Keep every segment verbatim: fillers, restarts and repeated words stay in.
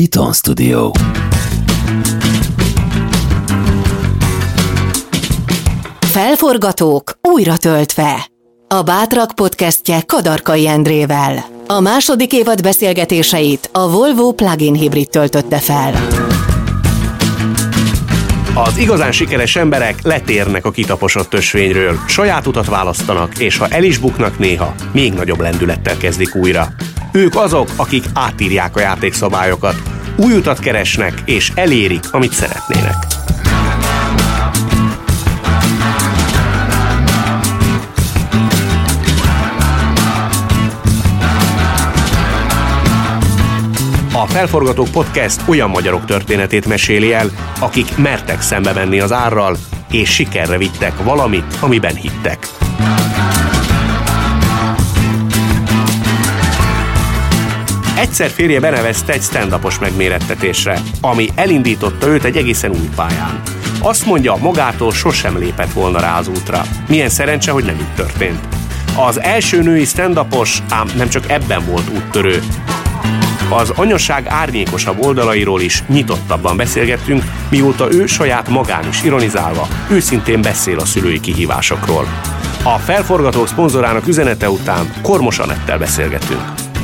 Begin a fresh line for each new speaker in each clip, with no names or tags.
Beaton Studio.
Felforgatók újra töltve. A Bátrak podcastje Kadarkai Endrével. A második évad beszélgetéseit a Volvo plug-in hibrid töltötte fel.
Az igazán sikeres emberek letérnek a kitaposott ösvényről, saját utat választanak, és ha el is buknak néha, még nagyobb lendülettel kezdik újra. Ők azok, akik átírják a játékszabályokat, új utat keresnek, és elérik, amit szeretnének. A Felforgatók Podcast olyan magyarok történetét meséli el, akik mertek szembe menni az árral, és sikerre vittek valamit, amiben hittek. Egyszer férje benevezte egy stand-upos megmérettetésre, ami elindította őt egy egészen új pályán. Azt mondja, magától sosem lépett volna rá az útra. Milyen szerencse, hogy nem így történt. Az első női stand-upos, ám nem csak ebben volt úttörő. Az anyaság árnyékosabb oldalairól is nyitottabban beszélgettünk, mióta ő saját magán is ironizálva őszintén beszél a szülői kihívásokról. A Felforgatók szponzorának üzenete után Kormos Anettel beszélgetünk.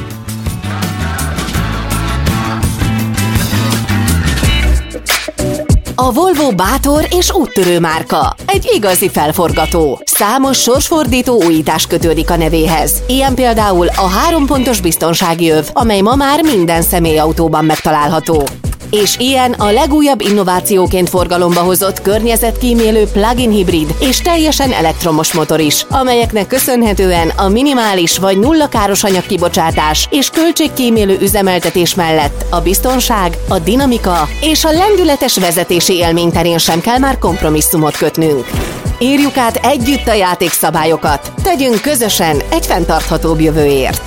A Volvo bátor és úttörő márka. Egy igazi felforgató. Számos sorsfordító újítás kötődik a nevéhez. Ilyen például a hárompontos biztonsági öv, amely ma már minden személyautóban megtalálható. És ilyen a legújabb innovációként forgalomba hozott környezetkímélő plug-in hibrid és teljesen elektromos motor is, amelyeknek köszönhetően a minimális vagy nulla káros anyagkibocsátás és költségkímélő üzemeltetés mellett a biztonság, a dinamika és a lendületes vezetési élmény terén sem kell már kompromisszumot kötnünk. Írjuk át együtt a játékszabályokat, tegyünk közösen egy fenntarthatóbb jövőért.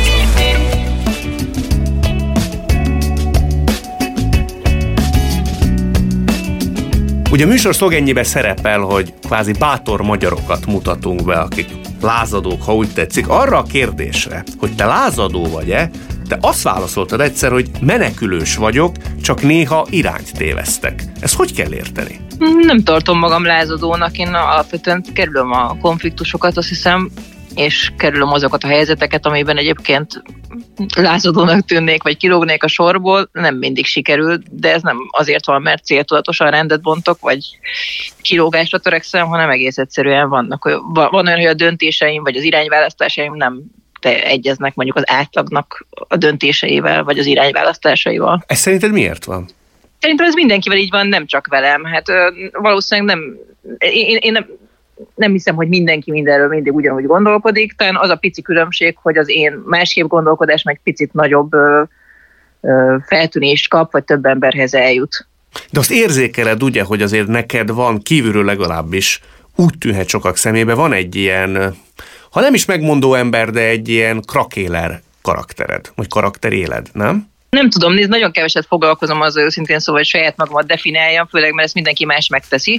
Ugye a műsor szlogenjében szerepel, hogy kvázi bátor magyarokat mutatunk be, akik lázadók, ha úgy tetszik. Arra a kérdésre, hogy te lázadó vagy-e, te azt válaszoltad egyszer, hogy menekülős vagyok, csak néha irányt tévesztek. Ezt hogy kell érteni?
Nem tartom magam lázadónak, én alapvetően kerülöm a konfliktusokat, azt hiszem, és kerülöm azokat a helyzeteket, amiben egyébként lázadónak tűnnék, vagy kilógnék a sorból, nem mindig sikerül, de ez nem azért van, mert céltudatosan rendet bontok, vagy kilógásra törekszem, hanem egész egyszerűen vannak. Van olyan, hogy a döntéseim, vagy az irányválasztásaim nem te egyeznek mondjuk az átlagnak a döntéseivel, vagy az irányválasztásaival.
Ez szerinted miért van?
Szerintem ez mindenkivel így van, nem csak velem. Hát valószínűleg nem... Én, én nem Nem hiszem, hogy mindenki mindenről mindig ugyanúgy gondolkodik, talán az a pici különbség, hogy az én másképp gondolkodás meg picit nagyobb ö, ö, feltűnést kap, vagy több emberhez eljut.
De azt érzékeled ugye, hogy azért neked van kívülről legalábbis, úgy tűnhet sokak szemébe, van egy ilyen, ha nem is megmondó ember, de egy ilyen krakéler karaktered, vagy karakteréled, nem?
Nem tudom, nézd, nagyon keveset foglalkozom azzal őszintén, szóval, hogy saját magamat definiáljam, főleg, mert ezt mindenki más megteszi.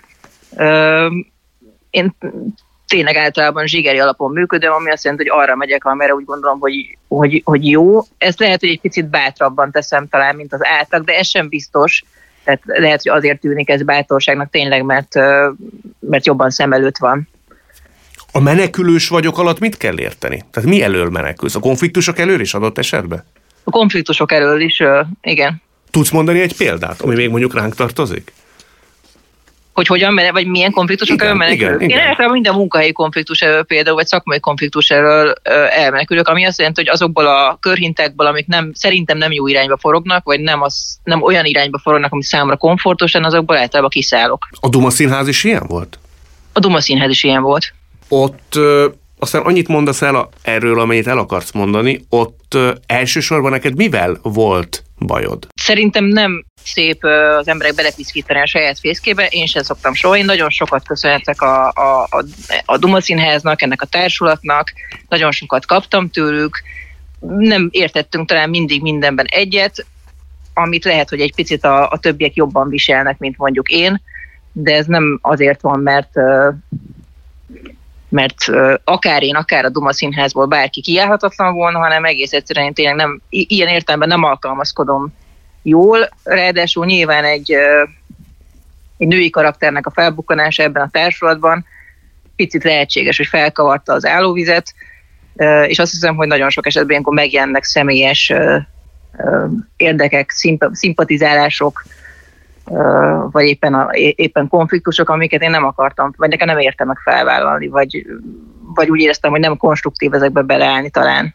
Ö, Én tényleg általában zsigeri alapon működöm, ami azt jelenti, hogy arra megyek, amerre úgy gondolom, hogy, hogy, hogy jó. Ezt lehet, hogy egy picit bátrabban teszem talán, mint az átlag, de ez sem biztos. Tehát lehet, hogy azért tűnik ez bátorságnak tényleg, mert, mert jobban szem előtt van.
A menekülős vagyok alatt mit kell érteni? Tehát mi elől menekülsz? A konfliktusok elől is adott esetben?
A konfliktusok elől is, igen.
Tudsz mondani egy példát, ami még mondjuk ránk tartozik?
Hogy hogyan, vagy milyen konfliktusok elől menekülök.
Igen,
Én általában minden munkahelyi konfliktus elől például, vagy szakmai konfliktus elől elmenekülök, ami azt jelenti, hogy azokból a körhintekből, amik nem, szerintem nem jó irányba forognak, vagy nem, az, nem olyan irányba forognak, ami számomra komfortosan, azokból általában kiszállok.
A Duma Színház is ilyen volt?
A Duma Színház is ilyen volt.
Ott ö, aztán annyit mondasz el a, erről, amennyit el akarsz mondani, ott ö, elsősorban neked mivel volt bajod?
Szerintem nem szép az emberek belepiszkítani a saját fészkébe, én sem szoktam soha. Én nagyon sokat köszönhetek a, a, a, a Duma Színháznak, ennek a társulatnak, nagyon sokat kaptam tőlük, nem értettünk talán mindig mindenben egyet, amit lehet, hogy egy picit a, a többiek jobban viselnek, mint mondjuk én, de ez nem azért van, mert mert akár én, akár a Duma Színházból bárki kiállhatatlan volna, hanem egész egyszerűen én tényleg nem, ilyen értelemben nem alkalmazkodom jól, ráadásul nyilván egy, egy női karakternek a felbukkanása ebben a társulatban picit lehetséges, hogy felkavarta az állóvizet, és azt hiszem, hogy nagyon sok esetben ilyenkor megjelennek személyes érdekek, szimpatizálások, vagy éppen, a, éppen konfliktusok, amiket én nem akartam, vagy nekem nem értem meg felvállalni, vagy, vagy úgy éreztem, hogy nem konstruktív ezekbe beleállni talán.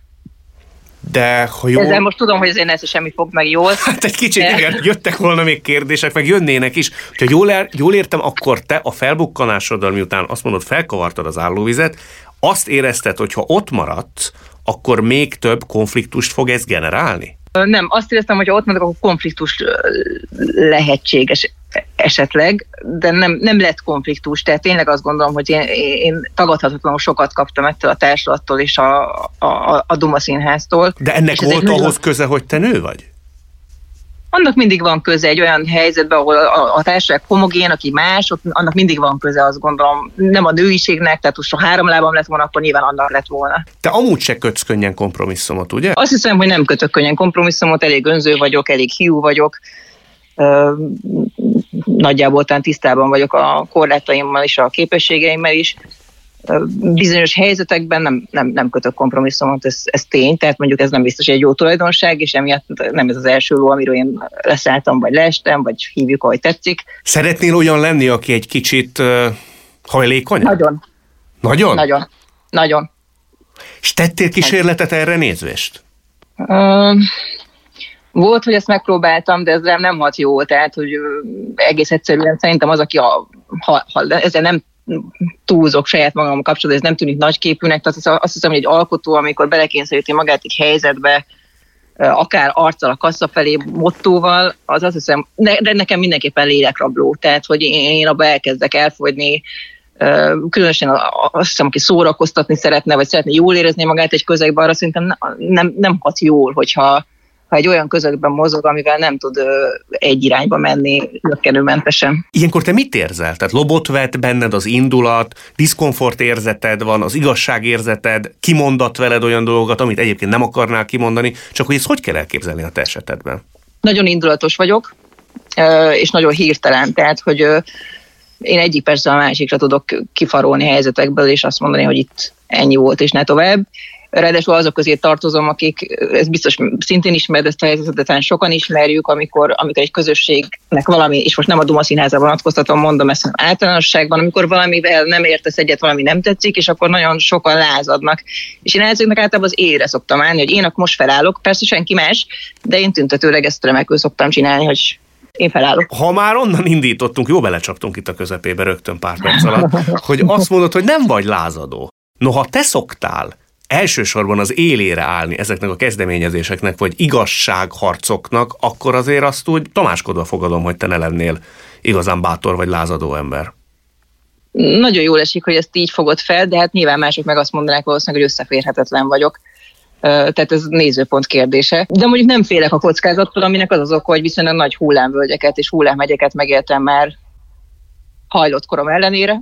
De ha jól...
Ezzel most tudom, hogy azért ez semmi fog meg jól.
Hát egy kicsit
de...
igen, jöttek volna még kérdések, meg jönnének is. Ha jól, er, jól értem, akkor te a felbukkanásoddal, miután azt mondod, felkavartad az állóvizet, azt érezted, hogy ha ott maradsz, akkor még több konfliktust fog ez generálni?
Nem, azt éreztem, hogy ha ott maradok, akkor konfliktus lehetséges esetleg, de nem, nem lett konfliktus, tehát tényleg azt gondolom, hogy én, én tagadhatatlanul sokat kaptam ettől a társulattól és a, a, a Duma Színháztól.
De ennek volt ahhoz nagyon... köze, hogy te nő vagy?
Annak mindig van köze egy olyan helyzetben, ahol a, a társaság homogén, aki más, ott annak mindig van köze, azt gondolom, nem a nőiségnek, tehát most ha három lábam lett volna, akkor nyilván annak lett volna.
Te amúgy se kötsz könnyen kompromisszumot, ugye?
Azt hiszem, hogy nem kötök könnyen kompromisszumot, elég önző vagyok, elég hiú vagyok, uh, nagyjából talán tisztában vagyok a korlátaimmal és a képességeimmel is. Bizonyos helyzetekben nem, nem, nem kötök kompromisszumot, ez, ez tény, tehát mondjuk ez nem biztos, hogy egy jó tulajdonság, és emiatt nem ez az első ló, amiről én leszálltam, vagy leestem, vagy hívjuk, ahogy tetszik.
Szeretnél olyan lenni, aki egy kicsit uh, hajlékony?
Nagyon.
Nagyon?
Nagyon. Nagyon.
És tettél kísérletet erre nézvést?
Uh, volt, hogy ezt megpróbáltam, de ez rám nem hat jól, tehát hogy egész egyszerűen szerintem az, aki a, ha, ha ezzel nem túlzok saját magam kapcsolatban, ez nem tűnik nagyképűnek, tehát azt hiszem, hogy egy alkotó, amikor belekényszeríti magát egy helyzetbe, akár arccal a kassa felé, mottóval, az azt hiszem, de nekem mindenképpen lélekrabló, tehát hogy én abba elkezdek elfogyni, különösen azt hiszem, aki szórakoztatni szeretne, vagy szeretne jól érezni magát egy közegben, arra szerintem nem, nem hat jól, hogyha ha egy olyan közegben mozog, amivel nem tud egy irányba menni lökkenőmentesen.
Ilyenkor te mit érzel? Tehát lobot vet benned az indulat, diszkomfort érzeted van, az igazságérzeted, kimondat veled olyan dolgokat, amit egyébként nem akarnál kimondani, csak hogy ezt hogy kell elképzelni a te esetedben? Nagyon
indulatos vagyok, és nagyon hirtelen, tehát hogy én egyik persze a másikra tudok kifarolni helyzetekből, és azt mondani, hogy itt ennyi volt, és ne tovább. Ráadásul azok közé tartozom, akik, ez biztos szintén ismered ezt a helyzetet, talán sokan ismerjük, amikor, amikor egy közösségnek valami, és most nem a Duma Színházra vonatkoztatom, mondom ezt általánosságban, amikor valamivel nem értesz egyet, valami nem tetszik, és akkor nagyon sokan lázadnak. És én ezeknek általában az élre szoktam állni, hogy én akkor most felállok, persze senki más, de én tüntetőleg ezt remekül szoktam csinálni, hogy én felállok.
Ha már onnan indítottunk, jó belecsaptunk itt a közepébe rögtön pár perc alatt, hogy azt mondod, hogy nem vagy lázadó. Noha te szoktál elsősorban az élére állni ezeknek a kezdeményezéseknek, vagy igazságharcoknak, akkor azért azt úgy tamáskodva fogadom, hogy te ne lennél igazán bátor vagy lázadó ember.
Nagyon jól esik, hogy ezt így fogod fel, de hát nyilván mások meg azt mondanák valószínűleg, hogy összeférhetetlen vagyok. Tehát ez nézőpont kérdése. De mondjuk nem félek a kockázattól, aminek az az oka, hogy viszonylag nagy hullámvölgyeket és hullámhegyeket megéltem már hajlott korom ellenére.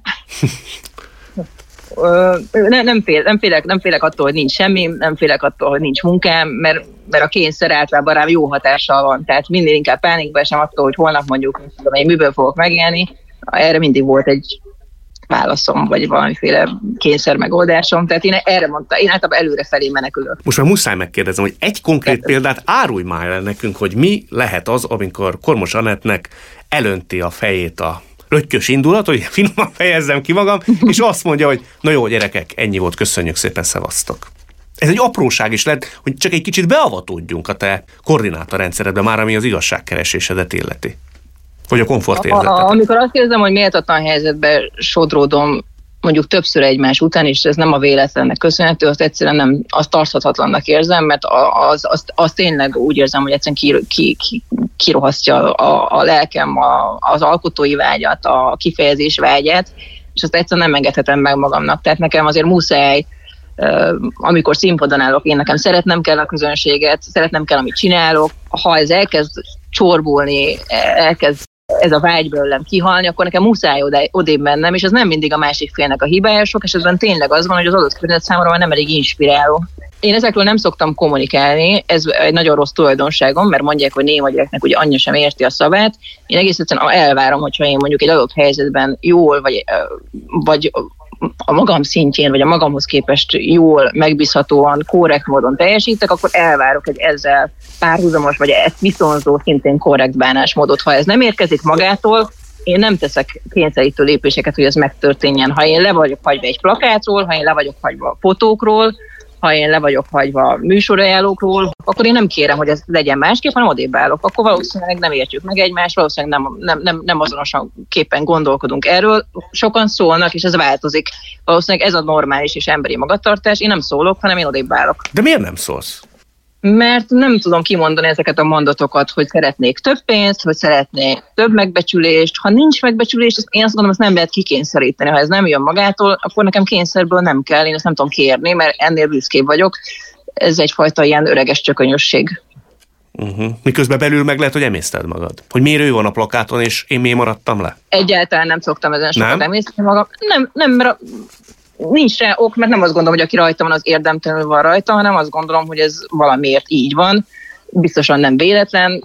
Nem, nem, fél, nem, félek, nem félek attól, hogy nincs semmi, nem félek attól, hogy nincs munkám, mert, mert a kényszer általában rám jó hatással van. Tehát minél inkább pánikba esem attól, hogy holnap mondjuk, hogy miből fogok megélni. Erre mindig volt egy válaszom, vagy valamiféle kényszer megoldásom. Tehát én erre mondtam, én általában előrefelé menekülök.
Most már muszáj megkérdezem, hogy egy konkrét Köszön. példát árulj már el nekünk, hogy mi lehet az, amikor Kormos Annettnek elönti a fejét a röttyös indulat, hogy finoman fejezzem ki magam, és azt mondja, hogy na jó, gyerekek, ennyi volt, köszönjük szépen, szevasztok. Ez egy apróság is lett, hogy csak egy kicsit beavatódjunk a te koordinátorrendszeredbe már, ami az igazságkeresésedet illeti. Vagy a komfortérzetet.
Amikor azt érzem, hogy méltatlan helyzetbe sodródom, mondjuk többször egymás után, és ez nem a véletlennek köszönhető, azt egyszerűen nem, azt tarthatatlannak érzem, mert az, az, az tényleg úgy érzem, hogy egyszerűen ki, ki, ki, kirohasztja a, a lelkem, a, az alkotói vágyat, a kifejezés vágyát, és azt egyszerűen nem engedhetem meg magamnak. Tehát nekem azért muszáj, amikor színpadon állok, én nekem szeretnem kell a közönséget, szeretnem kell, amit csinálok. Ha ez elkezd csorbulni, elkezd ez a vágy belőlem kihalni, akkor nekem muszáj oda, odébb mennem, és ez nem mindig a másik félnek a hibája, sok esetben tényleg az van, hogy az adott környezet számomra már nem elég inspiráló. Én ezekről nem szoktam kommunikálni, ez egy nagyon rossz tulajdonságom, mert mondják, hogy néma gyereknek ugye anyja sem érti a szavát. Én egész egyszerűen elvárom, hogyha én mondjuk egy adott helyzetben jól, vagy, vagy a magam szintjén, vagy a magamhoz képest jól, megbízhatóan, korrekt módon teljesítek, akkor elvárok egy ezzel párhuzamos, vagy ezt viszonzó, szintén korrekt bánásmódot. Ha ez nem érkezik magától, én nem teszek kényszerítő lépéseket, hogy ez megtörténjen. Ha én le vagyok hagyva egy plakátról, ha én le vagyok hagyva a fotókról, ha én le vagyok hagyva műsorajánlókról, akkor én nem kérem, hogy ez legyen másképp, hanem odébb állok. Akkor valószínűleg nem értjük meg egymást, valószínűleg nem, nem, nem, nem azonosan képpen gondolkodunk erről. Sokan szólnak, és ez változik. Valószínűleg ez a normális és emberi magatartás. Én nem szólok, hanem én odébb állok.
De miért nem szólsz?
Mert nem tudom kimondani ezeket a mondatokat, hogy szeretnék több pénzt, hogy szeretnék több megbecsülést. Ha nincs megbecsülés, én azt gondolom, ezt nem lehet kikényszeríteni. Ha ez nem jön magától, akkor nekem kényszerből nem kell, én ezt nem tudom kérni, mert ennél büszkébb vagyok. Ez egyfajta ilyen öreges csökönyösség.
Uh-huh. Miközben belül meg lehet, hogy emészted magad. Hogy miért ő van a plakáton, és én miért maradtam le?
Egyáltalán nem szoktam ezen sokat emészteni magam. Nem, nem, mert nincs rá ok, mert nem azt gondolom, hogy aki rajta van, az érdemtelenül van rajta, hanem azt gondolom, hogy ez valamiért így van. Biztosan nem véletlen,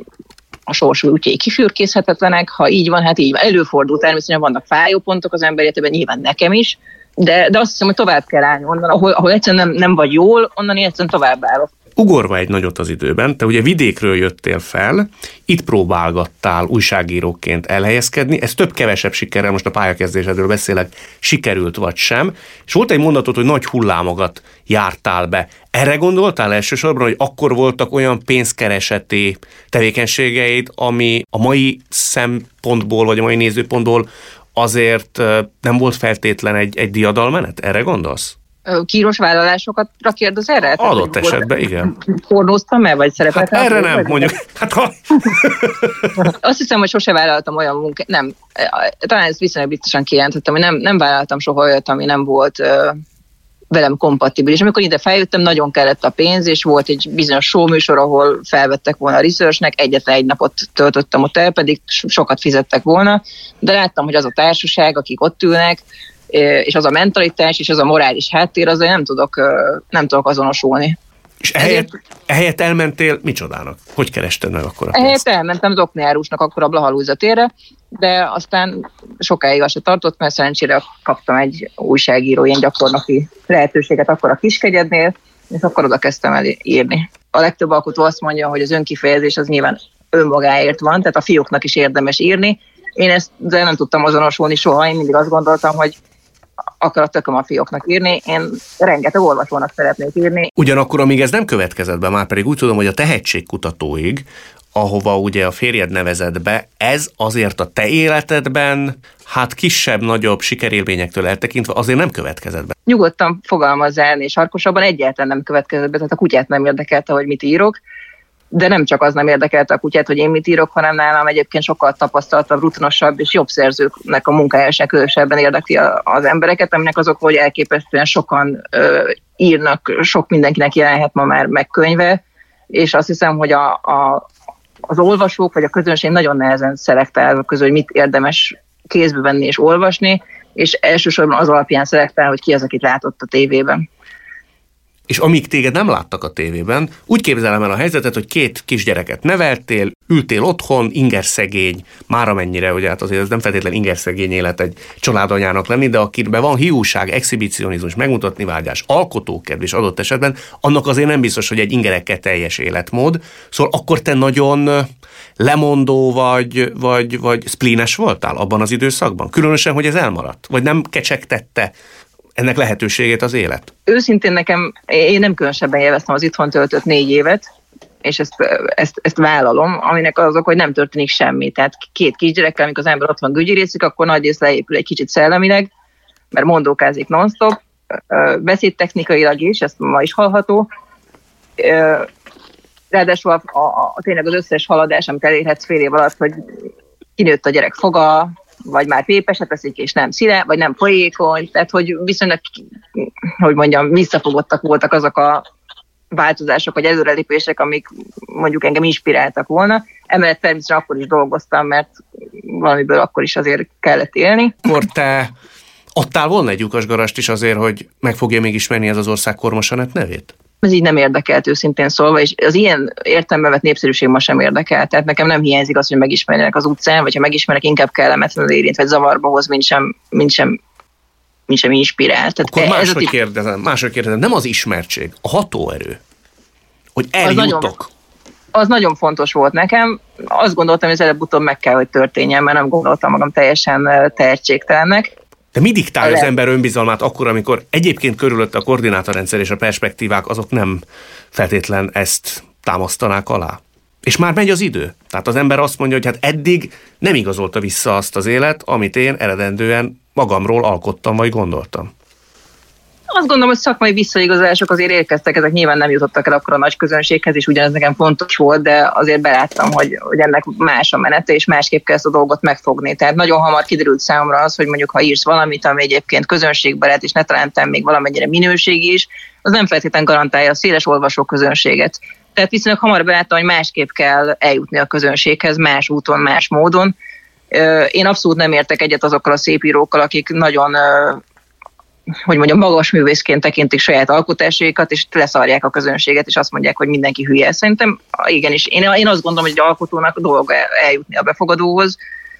a sors útjai kifürkészhetetlenek, ha így van, hát így van. Előfordul természetesen, vannak fájó pontok az ember életében, nyilván nekem is, de, de azt hiszem, hogy tovább kell állni onnan, ahol, ahol egyszerűen nem, nem vagy jól, onnan én egyszerűen tovább állok.
Ugorva egy nagyot az időben, te ugye vidékről jöttél fel, itt próbálgattál újságíróként elhelyezkedni, ez több-kevesebb sikerrel, most a pályakezdésedről beszélek, sikerült vagy sem, és volt egy mondatod, hogy nagy hullámokat jártál be. Erre gondoltál elsősorban, hogy akkor voltak olyan pénzkereseti tevékenységeid, ami a mai szempontból, vagy a mai nézőpontból azért nem volt feltétlen egy, egy diadalmenet? Erre gondolsz?
Kíros vállalásokat kérdez erre?
Adott tehát, esetben, igen.
Pornóztam el, vagy szerepeltem?
Hát erre nem, vagy mondjuk. Hát ha...
Azt hiszem, hogy sose vállaltam olyan munkát, nem, talán ezt viszonylag biztosan kijelentettem, hogy nem, nem vállaltam soha olyat, ami nem volt uh, velem kompatibilis. És amikor ide feljöttem, nagyon kellett a pénz, és volt egy bizonyos show műsor, ahol felvettek volna a researchnek, egyetlen egy napot töltöttem ott el, pedig sokat fizettek volna, de láttam, hogy az a társaság, akik ott ülnek, és az a mentalitás, és az a morális háttér, azért nem tudok, nem tudok azonosulni.
És ehelyett, ehelyett elmentél micsodának? Hogy kerested meg akkor a pénzt?
Ehelyett elmentem Zokni Árusnak akkor a Blaha Lujza térre, de aztán sokáig azt se tartott, mert szerencsére kaptam egy újságíró ilyen gyakornoki lehetőséget akkor a Kiskegyednél, és akkor oda kezdtem el írni. A legtöbb alkotó azt mondja, hogy az önkifejezés az nyilván önmagáért van, tehát a fióknak is érdemes írni. Én ezt de nem tudtam azonosulni soha, én mindig azt gondoltam, hogy akkor a tököm a fióknak írni, én rengeteg olvasónak szeretnék írni.
Ugyanakkor, amíg ez nem következett be, már pedig úgy tudom, hogy a tehetségkutatóig, ahova ugye a férjed nevezett be, ez azért a te életedben, hát kisebb-nagyobb sikerélményektől eltekintve azért nem következett be.
Nyugodtan fogalmazzál, és sarkosabban egyáltalán nem következett be, tehát a kutyát nem érdekelte, hogy mit írok, de nem csak az nem érdekelte a kutyát, hogy én mit írok, hanem nálam egyébként sokkal tapasztaltabb, rutinosabb és jobb szerzőknek a munkája sem különösebben érdekli az embereket, aminek azok, hogy elképesztően sokan ö, írnak, sok mindenkinek jelenhet ma már meg könyve, és azt hiszem, hogy a, a, az olvasók vagy a közönség nagyon nehezen szelektál azok közül, hogy mit érdemes kézbe venni és olvasni, és elsősorban az alapján szelektál, hogy ki az, akit látott a tévében.
És amíg téged nem láttak a tévében, úgy képzelem el a helyzetet, hogy két kisgyereket neveltél, ültél otthon, ingerszegény, már amennyire, hogy hát azért ez nem feltétlen ingerszegény élet egy családanyának lenni, de akiben van hiúság, exhibicionizmus, megmutatni vágyás, alkotókedv és adott esetben, annak azért nem biztos, hogy egy ingerekkel teljes életmód. Szóval akkor te nagyon lemondó vagy, vagy, vagy spleenes voltál abban az időszakban? Különösen, hogy ez elmaradt? Vagy nem kecsegtette ennek lehetőségét az élet?
Őszintén nekem, én nem különösebben élveztem az itthon töltött négy évet, és ezt, ezt, ezt vállalom, aminek azok, hogy nem történik semmi. Tehát két kisgyerekkel, amikor az ember ott van gügyirészik, akkor nagy rész leépül egy kicsit szellemileg, mert mondókázik non-stop, beszédtechnikailag is, ezt ma is hallható. Ráadásul a, a, a, tényleg az összes haladás, amit elérhetsz fél év alatt, hogy kinőtt a gyerek foga, vagy már pépeset veszik, és nem színe, vagy nem folyékony, tehát hogy viszonylag, hogy mondjam, visszafogottak voltak azok a változások, vagy előrelépések, amik mondjuk engem inspiráltak volna. Emellett természetesen akkor is dolgoztam, mert valamiből akkor is azért kellett élni.
Akkor te adtál volna egy lyukasgarast is azért, hogy meg fogja még ismerni ez az ország Kormos Anett nevét?
Ez így nem érdekelt őszintén szólva, és az ilyen értelembe vett népszerűség ma sem érdekel. Tehát nekem nem hiányzik az, hogy megismerjenek az utcán, vagy ha megismernek, inkább kellemetlenül érint, vagy zavarba hoz, mint sem, mint sem, mint sem inspirál. Tehát
akkor máshogy
tip...
kérdezem, máshogy kérdezem, nem az ismertség, a hatóerő, hogy eljutok.
Az nagyon, az nagyon fontos volt nekem. Azt gondoltam, hogy ez előbb-utóbb meg kell, hogy történjen, mert nem gondoltam magam teljesen tehetségtelennek.
De mi diktálja az
Le...
ember önbizalmát akkor, amikor egyébként körülötte a koordinátorrendszer és a perspektívák, azok nem feltétlen ezt támasztanák alá? És már megy az idő. Tehát az ember azt mondja, hogy hát eddig nem igazolta vissza azt az élet, amit én eredendően magamról alkottam, vagy gondoltam.
Azt gondolom, hogy szakmai visszaigazolások azért érkeztek, ezek nyilván nem jutottak el akkor a nagy közönséghez, és ugyanez nekem fontos volt, de azért beláttam, hogy, hogy ennek más a menete, és másképp kell ezt a dolgot megfogni. Tehát nagyon hamar kiderült számomra az, hogy mondjuk ha írsz valamit, ami egyébként közönségbarát, és ne talán még valamennyire minőségi is, az nem feltétlenül garantálja a széles olvasóközönséget. Tehát viszonylag hamar beláttam, hogy másképp kell eljutni a közönséghez, más úton, más módon. Én abszolút nem értek egyet azokkal a szép írókkal, akik nagyon, hogy mondjam, magas művészként tekintik saját alkotásaikat, és leszarják a közönséget, és azt mondják, hogy mindenki hülye. Szerintem igenis, én, én azt gondolom, hogy egy alkotónak dolga eljutni a befogadóhoz.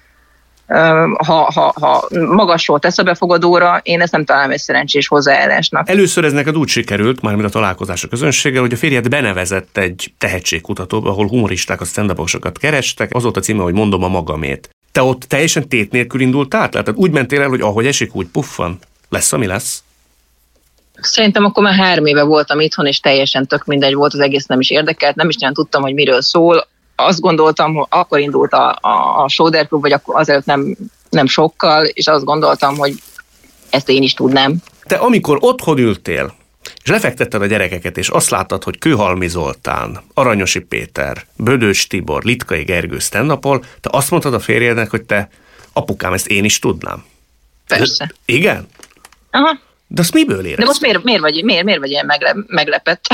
Ha, ha, ha magasról tesz a befogadóra, én ezt nem találom egy szerencsés hozzáállásnak.
Először ez neked úgy sikerült, mármint a találkozás a közönséggel, hogy a férjed benevezett egy tehetségkutatóba, ahol humoristák, a stand-uposokat kerestek, az volt a címe, hogy mondom a magamét. Te ott teljesen tét nélkül indultál? Tehát úgy mentél el, hogy ahogy esik, úgy puffan? Lesz, ami lesz?
Szerintem akkor már három éve voltam itthon, és teljesen tök mindegy volt, az egész nem is érdekelt, nem is nagyon tudtam, hogy miről szól. Azt gondoltam, hogy akkor indult a, a, a Soder Klub, vagy akkor azelőtt nem, nem sokkal, és azt gondoltam, hogy ezt én is tudnám.
Te amikor otthon ültél, és lefektetted a gyerekeket, és azt láttad, hogy Kőhalmi Zoltán, Aranyosi Péter, Bödös Tibor, Litkai Gergő stand-upol, te azt mondtad a férjednek, hogy te, apukám, ezt én is tudnám.
Persze.
De, igen?
Aha.
De azt miből érezted?
De most miért, miért, vagy, miért, miért vagy ilyen megle, meglepett?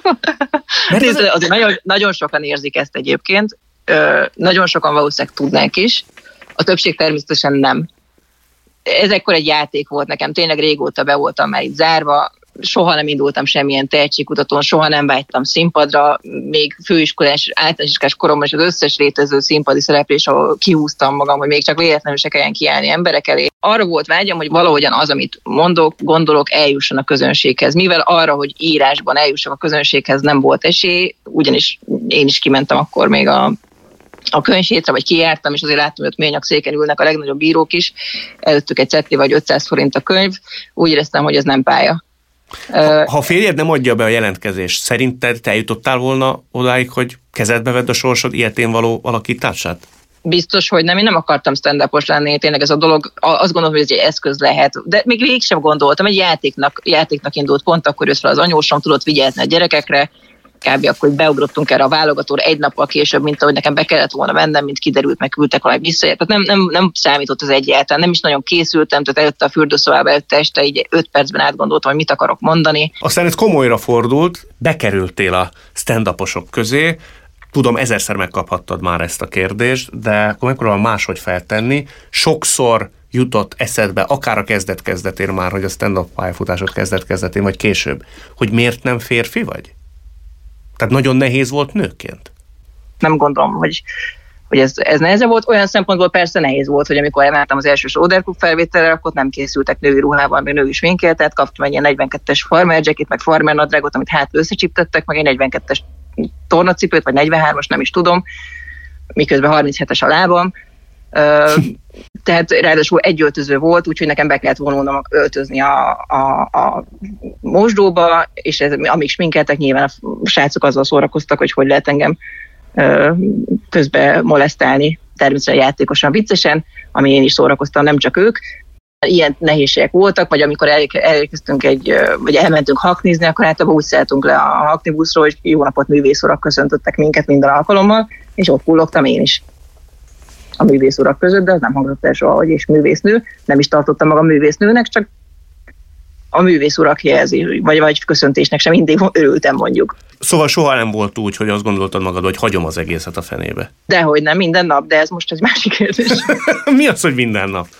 Mert
Nézd, azért nagyon, nagyon sokan érzik ezt egyébként, Ö, nagyon sokan valószínűleg tudnánk is, a többség természetesen nem. Ez ekkor egy játék volt nekem, tényleg régóta be voltam már itt zárva, soha nem indultam semmilyen tehetségkutatón, soha nem vágytam színpadra, még főiskolás, általános iskolás koromban is az összes létező színpadi szereplés, ahol kihúztam magam, hogy még csak véletlenül se kelljen kiállni emberek elé. Arra volt vágyam, hogy valahogyan az, amit mondok, gondolok, eljusson a közönséghez. Mivel arra, hogy írásban eljussak a közönséghez nem volt esély, ugyanis én is kimentem akkor még a a könyvhétre, vagy kijártam, és azért láttam, hogy ott műanyag széken ülnek a legnagyobb bírók is, előttük egy cetli vagy ötszáz forint a könyv, úgy éreztem, hogy ez nem pálya.
Ha, ha a férjed nem adja be a jelentkezést, szerinted te eljutottál volna odáig, hogy kezedbe vedd a sorsod ilyetén való alakítását?
Biztos, hogy nem, én nem akartam stand-upos lenni, tényleg ez a dolog, azt gondolom, hogy ez egy eszköz lehet, de még végig sem gondoltam, egy játéknak, játéknak indult, pont akkor jött fel az anyósom, tudott vigyázni a gyerekekre, kb. Akkor beugrottunk erre a válogatóra egy nappal később, mint ahogy nekem be kellett volna mennem, mint kiderült, meg küldtek valami visszaért. Tehát nem, nem, nem számított az egyáltalán, nem is nagyon készültem, tehát előtte a fürdőszobába, előtte este így öt percben átgondoltam, hogy mit akarok mondani.
Aztán ez komolyra fordult, bekerültél a stand-uposok közé, tudom, ezerszer megkaphattad már ezt a kérdést, de akkor megpróbálom máshogy feltenni. Sokszor jutott eszedbe, akár a kezdet-kezdetén már, hogy a stand-up pályafutásod kezdet-kezdetén, vagy később, hogy miért nem férfi vagy? Tehát nagyon nehéz volt nőként?
Nem gondolom, hogy, hogy ez, ez nehezebb volt. Olyan szempontból persze nehéz volt, hogy amikor elmentem az első Soder Klub felvételre, akkor nem készültek női ruhában, meg női sminkkel, tehát kaptam egy ilyen negyvenkettes farmer jacket, meg farmer nadrágot, amit hátul összecsiptettek, meg egy negyvenkettes tornacipőt, vagy negyvenhármas, nem is tudom, miközben harminchetes a lábam. Tehát ráadásul egy öltöző volt, úgyhogy nekem be kellett vonulnom öltözni a, a, a mosdóba, és ez, amíg sminkeltek, nyilván a srácok azzal szórakoztak, hogy hogy lehet engem ö, közbe molesztálni, természetesen játékosan, viccesen, ami én is szórakoztam, nem csak ők. Ilyen nehézségek voltak, vagy amikor elérkeztünk egy, vagy elmentünk haknizni, akkor általában úgy szálltunk le a haknibuszról, hogy jó napot, művészurak, köszöntöttek minket minden alkalommal, és ott kullogtam én is a művészurak között, de az nem hangzott el soha, hogy és művésznő. Nem is tartottam magam művésznőnek, csak a művészurak jelzi, vagy, vagy köszöntésnek sem mindig örültem, mondjuk.
Szóval soha nem volt úgy, hogy azt gondoltad magad, hogy hagyom az egészet a fenébe.
Dehogy nem, minden nap, de ez most egy másik kérdés.
Mi az, hogy minden nap?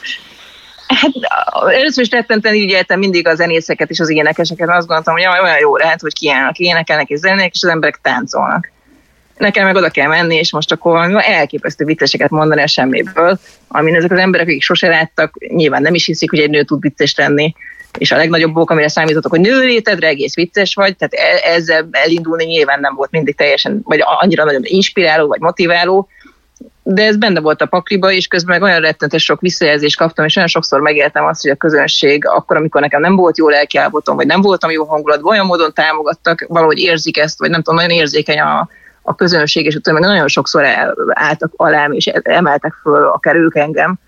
Hát először is rettenten ügyeltem mindig a zenészeket és az énekeseket, azt gondoltam, hogy jaj, olyan jó lehet, hogy kiállnak, énekelnek és zenének, és az emberek táncolnak. Nekem meg oda kell menni, és most akkor elképesztő vicceseket mondani a semmiből, amin ezek az emberek, akik sose láttak, nyilván nem is hiszik, hogy egy nő tud vicces lenni, és a legnagyobb bók, amire számítottak, hogy nő létedre egész vicces vagy, tehát ezzel elindulni nyilván nem volt mindig teljesen, vagy annyira nagyon inspiráló, vagy motiváló, de ez benne volt a pakliba, és közben meg olyan rettenetes sok visszajelzést kaptam, és olyan sokszor megéltem azt, hogy a közönség akkor, amikor nekem nem volt jó lelkiállapotom, vagy nem voltam jó hangulatban, olyan módon támogattak, valahogy érzik ezt, vagy nem tudom, nagyon érzékeny a, a közönség, és utána meg nagyon sokszor álltak alám, és emeltek föl akár ők engem,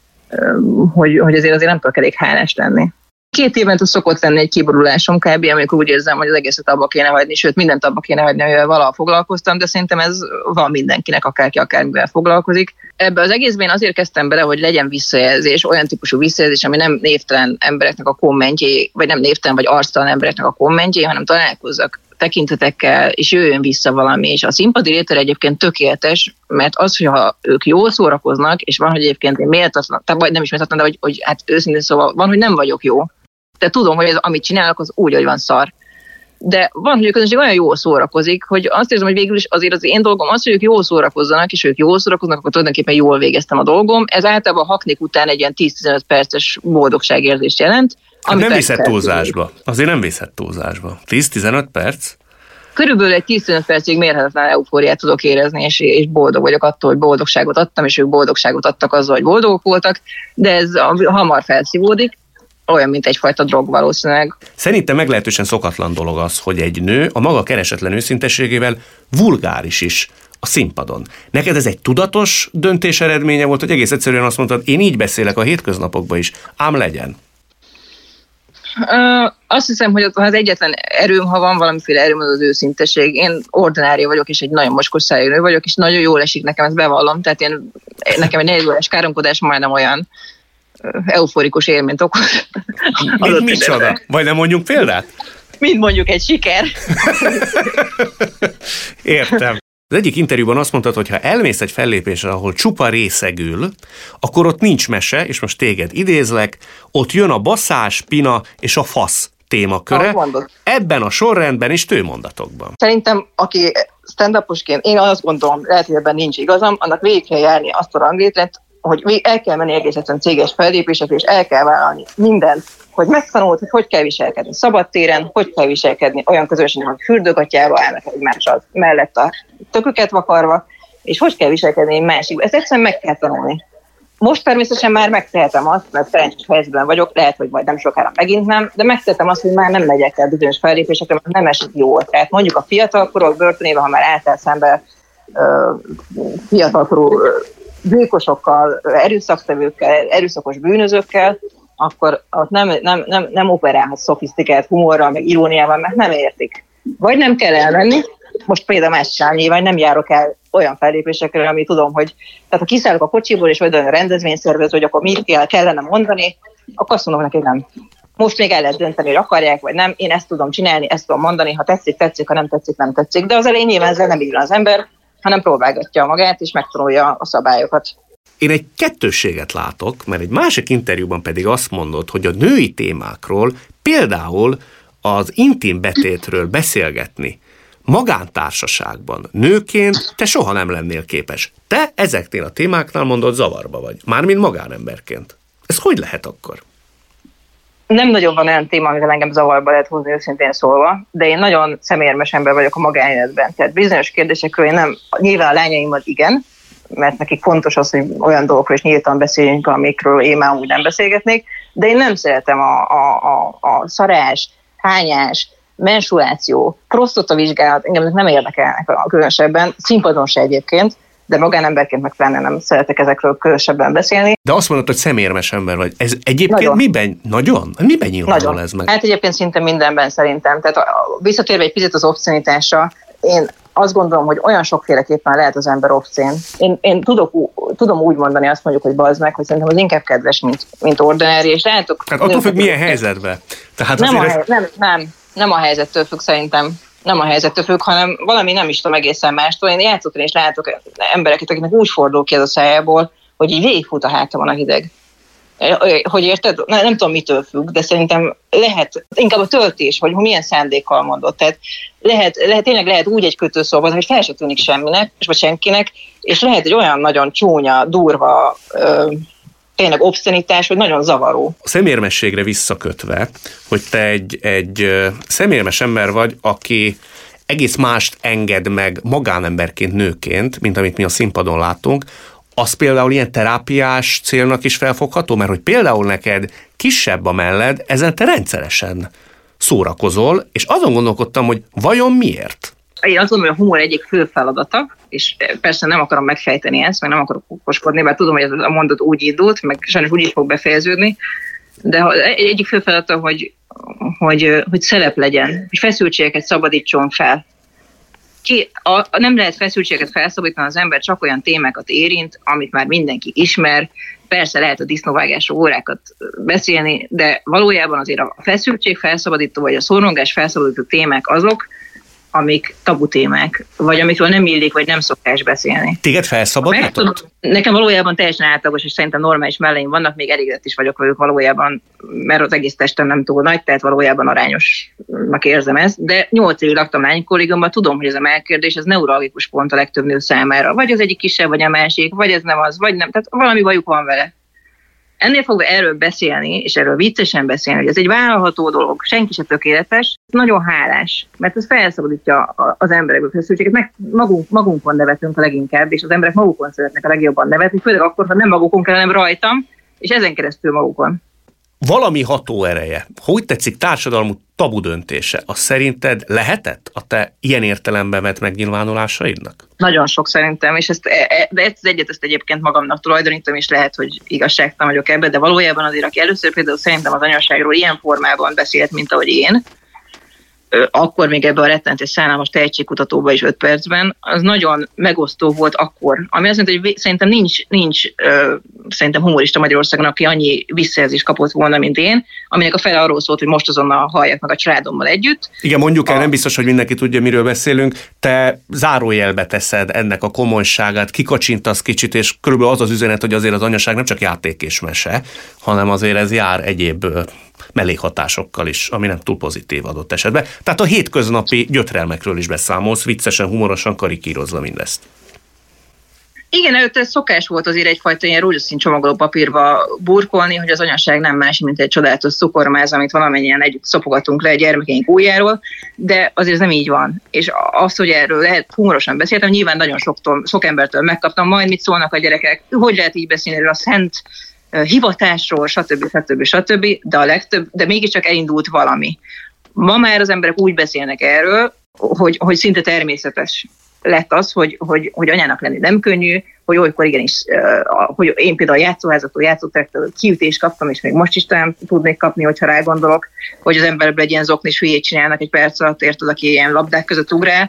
hogy, hogy azért azért nem tudok elég hálás lenni. Két évente szokott lenni egy kiborulásom kb., amikor úgy érzem, hogy az egészet abba kéne hagyni, sőt mindent abba kéne hagyni, amivel valaha foglalkoztam, de szerintem ez van mindenkinek, akárki akármivel foglalkozik. Ebbe az egészben azért kezdtem bele, hogy legyen visszajelzés, olyan típusú visszajelzés, ami nem névtelen embereknek a kommentjé, vagy nem névtelen vagy arctalan embereknek a kommentjé, hanem találkozzak tekintetekkel, és jöjjön vissza valami. És a színpadi réter egyébként tökéletes, mert az, hogyha ők jól szórakoznak, és van, hogy egyébként én méltatlan, vagy nem is méltatlan, de hogy, hogy hát őszintén szóval van, hogy nem vagyok jó. De tudom, hogy ez, amit csinálok, az úgy, hogy van szar. De van, hogy a közönség olyan jól szórakozik, hogy azt érzem, hogy végül is azért az én dolgom az, hogy ők jól szórakozzanak, és ők jól szórakoznak, akkor tulajdonképpen jól végeztem a dolgom. Ez általában a haknik után egy ilyen tíz-tizenöt perces boldogságérzést jelent.
Hát nem viszed túlzásba. Azért nem viszed túlzásba. tíz-tizenöt perc?
Körülbelül egy tíz-tizenöt percig mérhetetlen eufóriát tudok érezni, és, és boldog vagyok attól, hogy boldogságot adtam, és ők boldogságot adtak azzal, hogy boldogok voltak, de ez hamar felszívódik. Olyan, mint egyfajta drog valószínűleg.
Szerintem meglehetősen szokatlan dolog az, hogy egy nő a maga keresetlen őszintességével vulgáris is a színpadon. Neked ez egy tudatos döntés eredménye volt, hogy egész egyszerűen azt mondtad, én így beszélek a hétköznapokban is, ám legyen.
Ö, azt hiszem, hogy az egyetlen erőm, ha van valamiféle erőm, az az őszintesség. Én ordinária vagyok, és egy nagyon mocskos szájú nő vagyok, és nagyon jól esik nekem, ezt bevallom. Tehát én, nekem egy négy órás káromkodás majdnem olyan euforikus élményt okoz.
Mint micsoda? Vagy nem mondjuk példát?
Mint mondjuk egy siker.
Értem. Az egyik interjúban azt mondtad, hogy ha elmész egy fellépésre, ahol csupa részegül, akkor ott nincs mese, és most téged idézlek, ott jön a baszás, pina és a fasz témaköre. Ebben a sorrendben és tőmondatokban.
Szerintem, aki stand-uposként, én azt gondolom, lehet, hogy ebben nincs igazam, annak végig kell járni azt a ranglétrát, hogy el kell menni egész egyszerűen céges fellépésekre, és el kell vállalni mindent, hogy megtanult, hogy hogy kell viselkedni szabadtéren, hogy kell viselkedni olyan közösen, hogy fürdőgatjába állnak egymással mellett a tököket vakarva, és hogy kell viselkedni egy másik. Ezt egyszerűen meg kell tanulni. Most természetesen már megtehetem azt, mert szerencsés helyzetben vagyok, lehet, hogy majd nem sokára megint nem, de megtehetem azt, hogy már nem megyek el bizonyos fellépésekre, mert nem esik jól. Tehát mondjuk a fiatalkorok börtönében, ha már álltál szembe uh, fiatalkorú uh, gyilkosokkal, erőszakszevőkkel, erőszakos bűnözőkkel, akkor ott nem, nem, nem, nem operálhat szofisztikált humorral, meg iróniával, mert nem értik. Vagy nem kell elmenni, most például más csinálni, vagy nem járok el olyan fellépésekre, ami tudom, hogy tehát ha kiszállok a kocsiból, és vagy olyan rendezvényszervező, hogy akkor mit kell, kellene mondani, akkor azt mondom neki, nem. Most még el lehet dönteni, hogy akarják, vagy nem. Én ezt tudom csinálni, ezt tudom mondani, ha tetszik, tetszik, ha nem tetszik, nem tetszik. De az elején nyilván ezzel nem így van az ember, hanem próbálgatja magát, és megtanulja a szabályokat.
Én egy kettősséget látok, mert egy másik interjúban pedig azt mondod, hogy a női témákról, például az intim betétről beszélgetni magántársaságban, nőként te soha nem lennél képes. Te ezeknél a témáknál mondod zavarba vagy, mármint magánemberként. Ez hogy lehet akkor?
Nem nagyon van olyan téma, amivel engem zavarba lehet hozni, őszintén szólva, de én nagyon szemérmes ember vagyok a magánéletben. Tehát bizonyos kérdésekről én nem, nyilván a lányaimmal igen, mert nekik fontos az, hogy olyan dolgokról is nyíltan beszéljünk, amikről én már úgy nem beszélgetnék, de én nem szeretem a, a, a, a szarás, hányás, menstruáció, prostatavizsgálat, engem nem érdekelnek a különösebben, színpadon se egyébként, de magánemberként meg pláne nem szeretek ezekről különösebben beszélni.
De azt mondod, hogy szemérmes ember vagy. Ez egyébként nagyon. miben? Nagyon? Miben nyilvánul ez meg?
Hát egyébként szinte mindenben szerintem. Tehát a, visszatérve egy picit az obszcenitásra, én azt gondolom, hogy olyan sokféleképpen lehet az ember obszcén. Én, én tudok, tudom úgy mondani, azt mondjuk, hogy bazd meg, hogy szerintem az inkább kedves, mint, mint ordinári, és látok...
Tehát attól függ, milyen helyzetben. Tehát
nem, a hely,
ez...
nem, nem, nem a helyzettől függ szerintem. nem a helyzettől függ, hanem valami nem is tudom egészen mástól. Én játszottam és látok embereket, akiknek úgy fordul ki ez a szájából, hogy így végigfut a hátában a hideg. Hogy érted? Nem, nem tudom, mitől függ, de szerintem lehet, inkább a töltés, hogy milyen szándékkal mondott. Tehát lehet, lehet, tényleg lehet úgy egy kötőszóban, hogy fel se tűnik semminek, vagy senkinek, és lehet egy olyan nagyon csúnya, durva, ö, tényleg obszenitás, hogy nagyon zavaró.
A szemérmességre visszakötve, hogy te egy, egy szemérmes ember vagy, aki egész mást enged meg magánemberként, nőként, mint amit mi a színpadon látunk, az például ilyen terápiás célnak is felfogható, mert hogy például neked kisebb a melled, ezen te rendszeresen szórakozol, és azon gondolkodtam, hogy vajon miért?
Én azt gondolom, hogy a humor egyik fő feladata, és persze nem akarom megfejteni ezt, meg nem akarok okoskodni, bár tudom, hogy ez a mondat úgy indult, meg sajnos úgy is fog befejeződni, de egyik fő feladata, hogy, hogy, hogy szelep legyen, hogy feszültségeket szabadítson fel. Ki, a, nem lehet feszültséget felszabadítani, az ember csak olyan témákat érint, amit már mindenki ismer. Persze lehet a disznóvágású órákat beszélni, de valójában azért a feszültség felszabadító, vagy a szorongás felszabadító témák azok, amik tabu témák, vagy amikről nem illik, vagy nem szokás beszélni.
Téged felszabadított?
Nekem valójában teljesen átlagos, és szerintem normális melleim vannak, még elégedett is vagyok velük valójában, mert az egész testem nem túl nagy, tehát valójában arányosnak érzem ezt, de nyolc évig laktam lánykollégiumban, tudom, hogy ez a melkérdés, ez neuralgikus pont a legtöbb nő számára. Vagy az egyik kisebb, vagy a másik, vagy ez nem az, vagy nem, tehát valami bajuk van vele. Ennél fogva erről beszélni, és erről viccesen beszélni, hogy ez egy vállalható dolog, senki se tökéletes, nagyon hálás, mert ez felszabadítja az emberekből feszültséget, meg magunk, magunkon nevetünk a leginkább, és az emberek magukon szeretnek a legjobban nevetni, főleg akkor, ha nem magukon kell, hanem rajtam, és ezen keresztül magukon.
Valami hatóereje, hogy tetszik társadalmú tabu döntése, az szerinted lehetett a te ilyen értelemben vett megnyilvánulásaidnak?
Nagyon sok szerintem, és ezt, de ezt az egyet ezt egyébként magamnak tulajdonítom, és lehet, hogy igazságtalan vagyok ebben, de valójában azért, aki először például szerintem az anyaságról ilyen formában beszélt, mint ahogy én, akkor még ebben a rettenetes szánalmas tehetségkutatóban is öt percben, az nagyon megosztó volt akkor. Ami azt jelenti, hogy szerintem nincs, nincs ö, szerintem humorista Magyarországon, aki annyi visszajelzést kapott volna, mint én, aminek a fele arról szólt, hogy most azonnal halljak meg a családommal együtt.
Igen, mondjuk el, nem biztos, hogy mindenki tudja, miről beszélünk. Te zárójelbe teszed ennek a komolyságát, kikacsintasz kicsit, és körülbelül az az üzenet, hogy azért az anyaság nem csak játék és mese, hanem azért ez jár egyéb mellékhatásokkal is, ami nem túl pozitív adott esetben. Tehát a hétköznapi gyötrelmekről is beszámolsz, viccesen, humorosan karikírozva mindezt.
Igen, előtte szokás volt azért egyfajta ilyen rózsaszín csomagoló papírba burkolni, hogy az anyaság nem más, mint egy csodálatos cukormáz, amit valamennyien együtt szopogatunk le a gyermekeink ujjáról, de azért ez nem így van. És az, hogy erről lehet humorosan beszéltem, nyilván nagyon soktól, sok embertől megkaptam, majd mit szólnak a gyerekek, hogy lehet így beszélni erről a szent hivatásról, stb. stb. stb. De a legtöbb, de mégiscsak elindult valami. Ma már az emberek úgy beszélnek erről, hogy, hogy szinte természetes lett az, hogy, hogy, hogy anyának lenni nem könnyű, hogy olykor igenis, hogy én például a játszóházattól, játszóterektől kiütést kaptam, és még most is talán tudnék kapni, hogyha rá gondolok, hogy az emberből egy ilyen zoknis hülyét csinálnak egy perc alatt, érted, aki ilyen labdák között ugrál.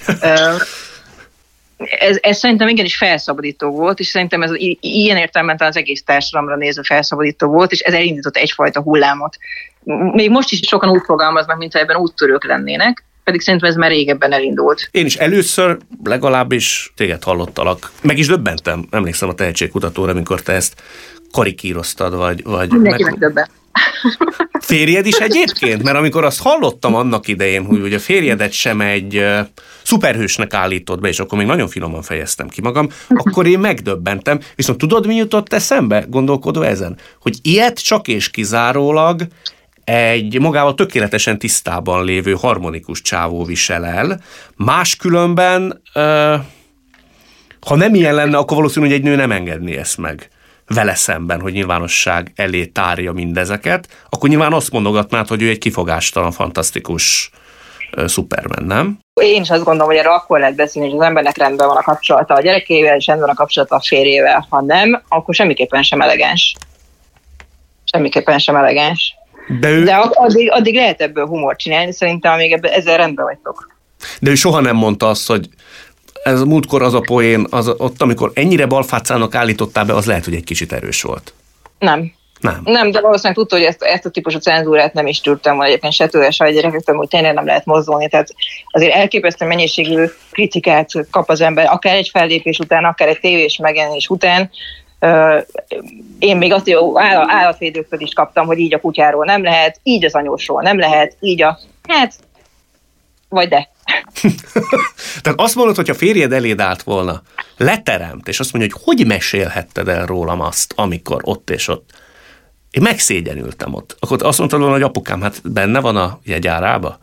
Ez, ez szerintem igenis felszabadító volt, és szerintem ez ilyen értelemben az egész társadalomra nézve felszabadító volt, és ez elindított egyfajta hullámot. Még most is sokan úgy fogalmaznak, mintha ebben úttörők lennének, pedig szerintem ez már régebben elindult. Én
is először legalábbis téged hallottalak. Meg is döbbentem, emlékszem a tehetségkutatóra, amikor te ezt karikíroztad, vagy... vagy
Mindenki meg... megdöbbent.
Férjed is egyébként? Mert amikor azt hallottam annak idején, hogy a férjedet sem egy uh, szuperhősnek állított be, és akkor még nagyon finoman fejeztem ki magam, akkor én megdöbbentem. Viszont tudod, mi jutott eszembe, gondolkodó ezen? Hogy ilyet csak és kizárólag egy magával tökéletesen tisztában lévő harmonikus csávó visel el. Máskülönben, uh, ha nem ilyen lenne, akkor valószínű, hogy egy nő nem engedné ezt meg vele szemben, hogy nyilvánosság elé tárja mindezeket, akkor nyilván azt mondogatnád, hogy ő egy kifogástalan, fantasztikus uh, szupermen, nem?
Én is azt gondolom, hogy erről akkor lehet beszélni, hogy az embernek rendben van a kapcsolata a gyerekével, és rendben van a kapcsolata a férjével. Ha nem, akkor semmiképpen sem elegáns. Semmiképpen sem elegáns. De, ő... De addig, addig lehet ebből humort csinálni, szerintem még ebben, ezzel rendben vagytok.
De ő soha nem mondta azt, hogy ez múltkor az a poén, az, ott amikor ennyire balfácának állítottál be, az lehet, hogy egy kicsit erős volt.
Nem.
Nem.
Nem, de valószínűleg tudta, hogy ezt, ezt a típusú cenzúrát nem is tűrtem volna egyébként se tőle, se a gyerekektől, hogy tényleg nem lehet mozdulni. Tehát azért elképesztő mennyiségű kritikát kap az ember, akár egy fellépés után, akár egy tévés megjelenés után. Én még azt, hogy állatvédőktől is kaptam, hogy így a kutyáról nem lehet, így az anyósról nem lehet, így a... Hát, vagy de.
Tehát azt mondod, hogy a férjed eléd állt volna, leteremt, és azt mondja, hogy hogy mesélhetted el rólam azt, amikor ott és ott. Én megszégyenültem ott. Akkor azt mondtad volna, hogy apukám, hát benne van a jegyárába?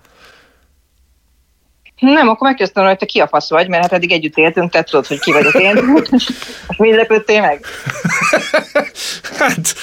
Nem, akkor megkezdtem, hogy te ki a fasz vagy, mert hát eddig együtt éltünk, te tudod, hogy ki vagyok én. Most mi lepődtél meg?
Hát...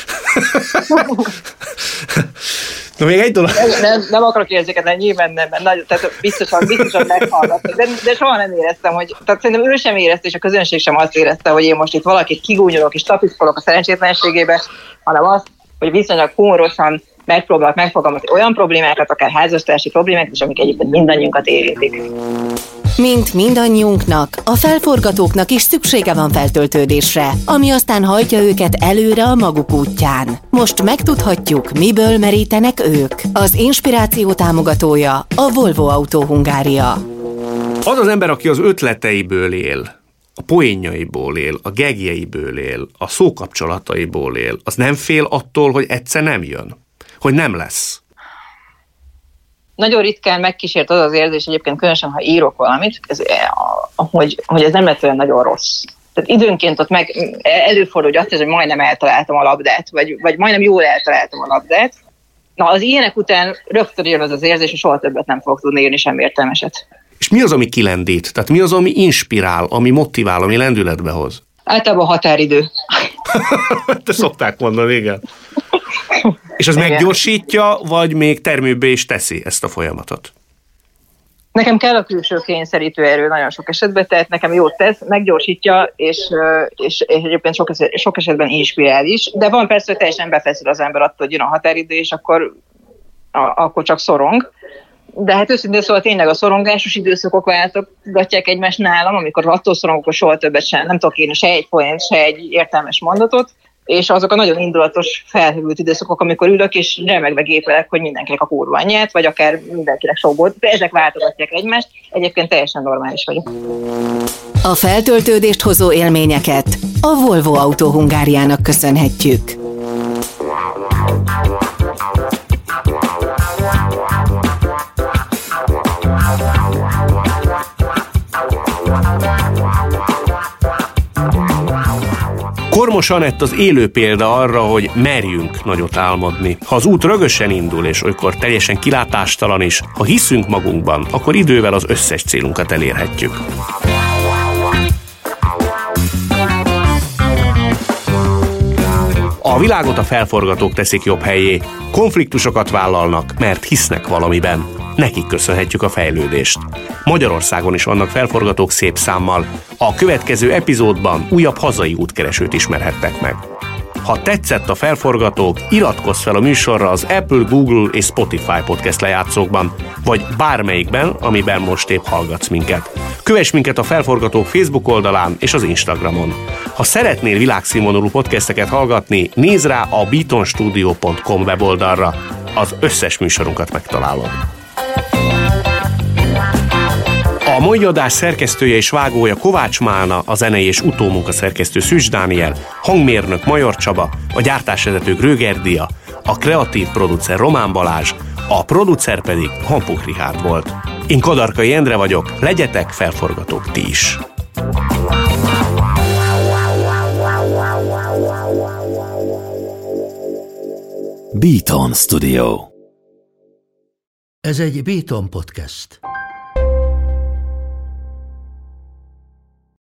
Na még egy dolog.
Nem, nem, nem akarok érzéket, nyilván nem, nagyon, tehát biztosan, biztosan meghallgattam, de, de soha nem éreztem, hogy, tehát szerintem ő sem érezte, és a közönség sem azt érezte, hogy én most itt valakit kigúnyolok és tapiszkolok a szerencsétlenségébe, hanem azt, hogy viszonylag humorosan megpróbálok megfogalmazni olyan problémákat, akár házastársi problémákat, és amik egyébként mindannyiunkat érintik.
Mint mindannyiunknak, a felforgatóknak is szüksége van feltöltődésre, ami aztán hajtja őket előre a maguk útján. Most megtudhatjuk, miből merítenek ők. Az inspiráció támogatója a Volvo Autó Hungária.
Az az ember, aki az ötleteiből él, a poénjaiból él, a gegjeiből él, a szókapcsolataiból él, az nem fél attól, hogy egyszer nem jön? Hogy nem lesz?
Nagyon ritkán megkísért az az érzés, egyébként különösen, ha írok valamit, ez, hogy, hogy ez nem lett olyan nagyon rossz. Tehát időnként ott meg előfordul, hogy azt hiszem, hogy majdnem eltaláltam a labdát, vagy, vagy majdnem jól eltaláltam a labdát. Na, az ilyenek után rögtön jön az az érzés, hogy soha többet nem fogok tudni írni semmi értelmeset.
És mi az, ami kilendít? Tehát mi az, ami inspirál, ami motivál, ami lendületbe hoz?
Általában a határidő.
Te szokták mondani, igen. És az
igen.
Meggyorsítja, vagy még termőbbé is teszi ezt a folyamatot?
Nekem kell a külső kényszerítő erő nagyon sok esetben, tehát nekem jót tesz, meggyorsítja, és, és, és egyébként sok, eset, sok esetben inspirál is, de van persze, hogy teljesen befeszül az ember attól, hogy jön a határidő, és akkor, a, akkor csak szorong. De hát őszintén szóval tényleg a szorongásos időszakok váltogatják egymást nálam, amikor attól szorongok, hogy soha többet sem, nem tudok írni se egy poént, se egy értelmes mondatot, és azok a nagyon indulatos, felhőült időszakok, amikor ülök, és remegve gépelek, hogy mindenkinek a kurva anyját, vagy akár mindenkinek sok volt, de ezek váltogatják egymást, egyébként teljesen normális vagyok.
A feltöltődést hozó élményeket a Volvo Autó Hungáriának köszönhetjük.
Kormos Anett az élő példa arra, hogy merjünk nagyot álmodni. Ha az út rögösen indul, és olykor teljesen kilátástalan is, ha hiszünk magunkban, akkor idővel az összes célunkat elérhetjük. A világot a felforgatók teszik jobb helyé, konfliktusokat vállalnak, mert hisznek valamiben. Nekik köszönhetjük a fejlődést. Magyarországon is vannak felforgatók szép számmal. A következő epizódban újabb hazai útkeresőt ismerhettek meg. Ha tetszett a felforgatók, iratkozz fel a műsorra az Apple, Google és Spotify podcast lejátszókban, vagy bármelyikben, amiben most épp hallgatsz minket. Kövess minket a Felforgatók Facebook oldalán és az Instagramon. Ha szeretnél világszínvonalú podcasteket hallgatni, nézz rá a beatonstudio pont com weboldalra. Az összes műsorunkat megtalálod. A mai adás szerkesztője és vágója Kovács Málna, a zenei és utómunka szerkesztő Szűcs Dániel, hangmérnök Major Csaba, a gyártásvezető Gröger Dia, a kreatív producer Román Balázs, a producer pedig Hampuk Richárd volt. Én Kadarkai Endre vagyok, legyetek felforgatók ti is!
Beaton Studio. Ez egy Beaton Podcast.